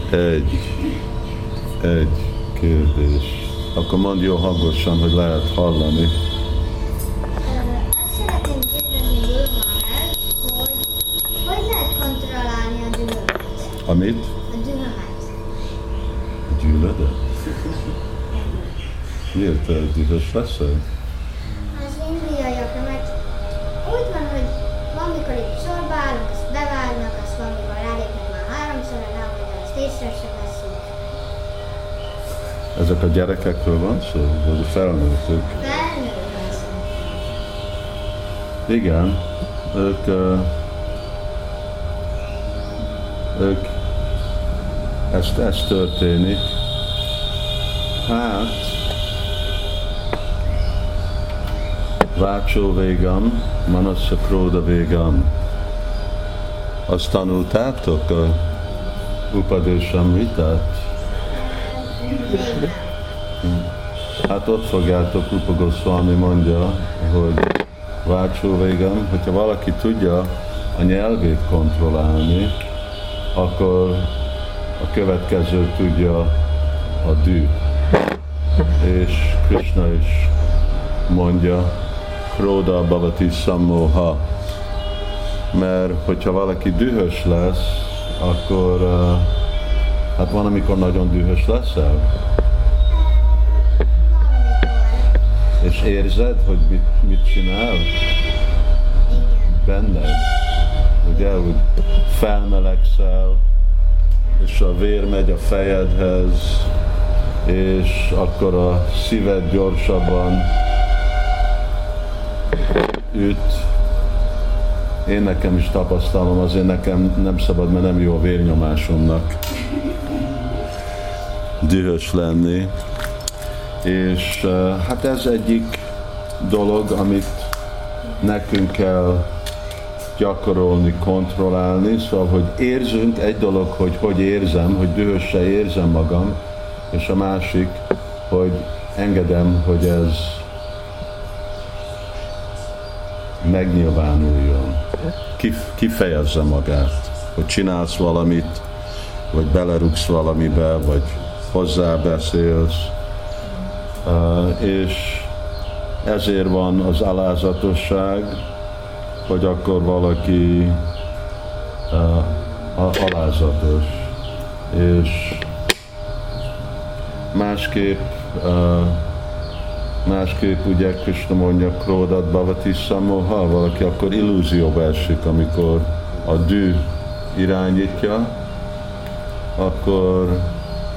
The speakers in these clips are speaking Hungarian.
Egy kérdés. Akkor mondd jó hangosan, hogy lehet hallani. Azt szeretném kérdezni Vilmáról, hogy lehet kontrollálni a dühömet? Amit? A dühömet. Gyűlödet? Miért te dühös leszel? Az indiaiakra, mert úgy van, hogy valamikor itt sorba állunk, azt bevágnak, azt valamikor rálépnek már háromszor, hogy azt észre sem veszünk. Ezek a gyerekekről van szó? Vagy a felnőttök? Felnőtt leszünk. Igen, ők ez történik. Hát, Vácsó végam, Manasya Króda végam. Azt tanultátok a Upadésamritát? Hát ott fogjátok, Rupa Goswami mondja, hogy Vácsó végam, hogyha valaki tudja a nyelvét kontrollálni, akkor a következő tudja a dű. És Krishna is mondja, Króda Bhavati Sammoha, mert hogyha valaki dühös lesz, akkor hát van, amikor nagyon dühös leszel. És érzed, hogy mit csinál? Benned. Ugye, hogy felmelegszel, és a vér megy a fejedhez, és akkor a szíved gyorsabban üt. Én nekem is tapasztalom, azért nekem nem szabad, mert nem jó a vérnyomásomnak dühös lenni. És hát ez egyik dolog, amit nekünk kell gyakorolni, kontrollálni, szóval, hogy érzünk, egy dolog, hogy érzem, hogy dühöse érzem magam, és a másik, hogy engedem, hogy ez megnyilvánuljon, kifejezze magát, hogy csinálsz valamit, vagy belerugsz valamibe, vagy hozzábeszélsz, és ezért van az alázatosság, hogy akkor valaki alázatos, és másképp ugye Krishna mondja, Kródat Bhavati Sammoha, valaki akkor illúzióba esik, amikor a dű irányítja, akkor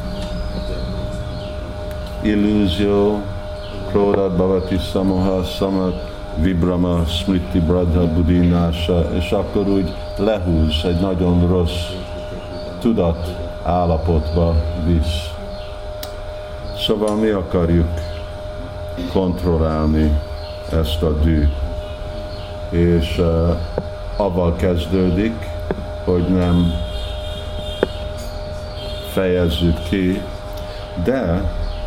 illúzió, Kródat Bhavati Sammoha, Samat Vibrama, Smriti Bradha Buddhinása, és akkor úgy lehúz, egy nagyon rossz tudat állapotba visz. Szóval mi akarjuk kontrollálni ezt a dű. És avval kezdődik, hogy nem fejezzük ki, de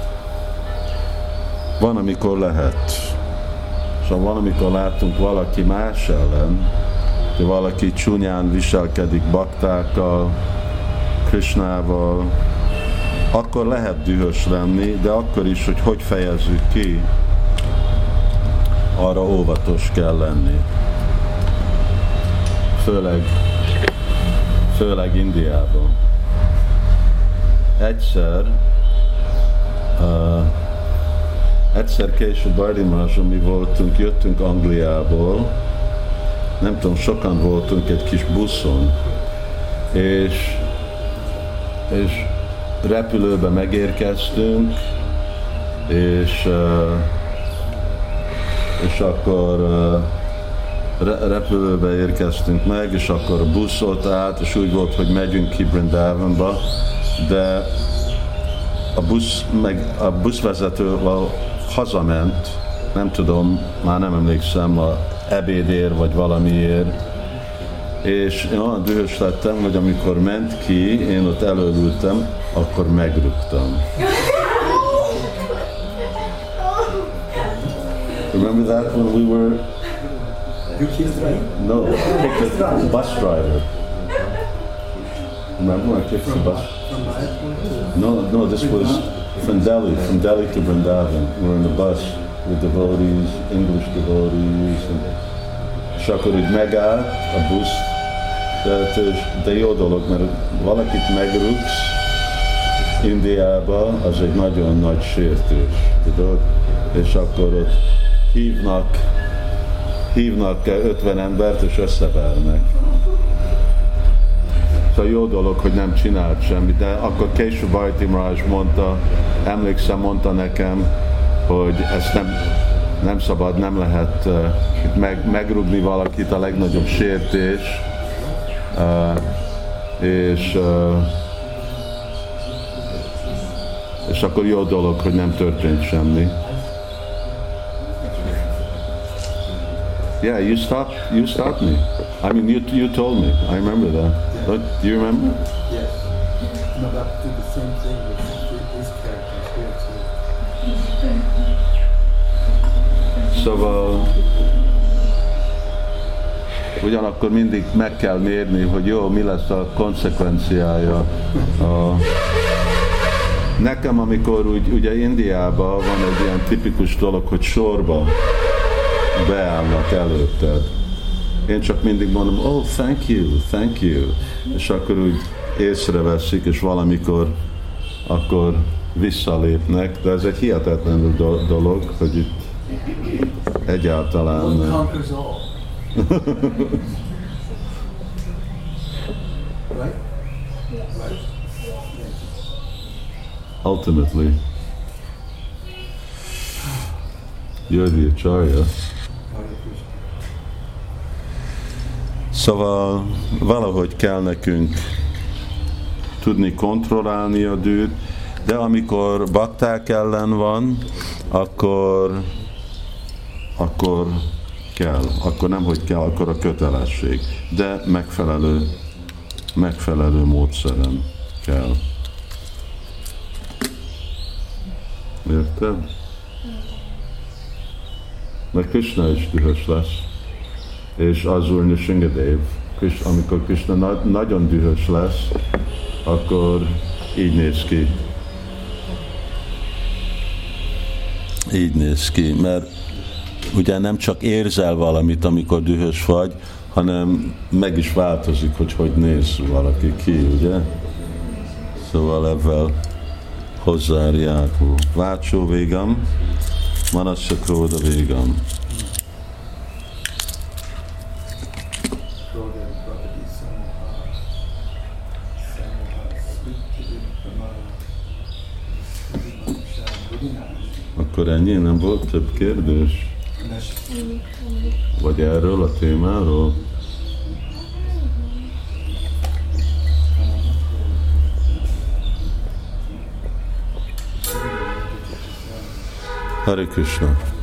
van, amikor lehet. Szóval van, amikor látunk valaki más ellen, hogy valaki csúnyán viselkedik baktákkal, Krishnával, akkor lehet dühös lenni, de akkor is, hogy fejezzük ki, arra óvatos kell lenni. Főleg Indiában. Egyszer később Bardimásson mi voltunk, jöttünk Angliából, nem tudom, sokan voltunk egy kis buszon, és repülőbe megérkeztünk, és akkor repülőbe érkeztünk meg, és akkor a busz volt át, és úgy volt, hogy megyünk ki Brindavanba, de a buszvezetővel hazament, nem tudom, már nem emlékszem, a ebédért vagy valamiért, és én olyan dühös lettem, hogy amikor ment ki, én ott előültem, akkor megrúgtam. Remember that when we were... You kissed right? No, the bus driver. Remember when I kicked the bus? No, this was from Delhi to Vrindavan. We're in the bus with devotees, English devotees, és akkor úgy megállt a busz, de jó dolog, mert valakit megrúgsz Indiában, az egy nagyon nagy sértés, tudod? És akkor ott hívnak 50 embert, és összevernek. Szóval jó dolog, hogy nem csinált semmit, de akkor később Bharati Maharaj mondta nekem, hogy ezt nem szabad, nem lehet megrúgni valakit, a legnagyobb sértés, és akkor jó dolog, hogy nem történt semmi. Yeah, you stopped me. I mean, you told me. I remember that. Yeah. Do you remember? Yes. No, but do the same thing with these characters here too. Szóval ugyanakkor mindig meg kell mérni, hogy jó, mi lesz a konszekvenciája. Nekem, amikor ugye Indiában van egy ilyen tipikus dolog, hogy sorba beállnak előtted. Én csak mindig mondom, oh, thank you. És akkor úgy észreveszik, és valamikor akkor visszalépnek, de ez egy hihetetlen dolog, hogy itt egyáltalán... Ultimately, you're the acharya. Szóval valahogy kell nekünk tudni kontrollálni a dűt, de amikor bakták ellen van, akkor kell, akkor nem hogy kell, akkor a kötelesség, de megfelelő módszeren kell. Érted? Mert Krishna is dühös lesz, és Azur Nrsingadev, amikor Krishna nagyon dühös lesz, akkor így néz ki. Így néz ki, mert ugye nem csak érzel valamit, amikor dühös vagy, hanem meg is változik, hogy néz valaki ki, ugye? Szóval ebben hozzájárul. Vácsó végam, Manasya Króda végam. Akkor ennyi, nem volt több kérdés? Vagy erről a témáról? Hare Krishna.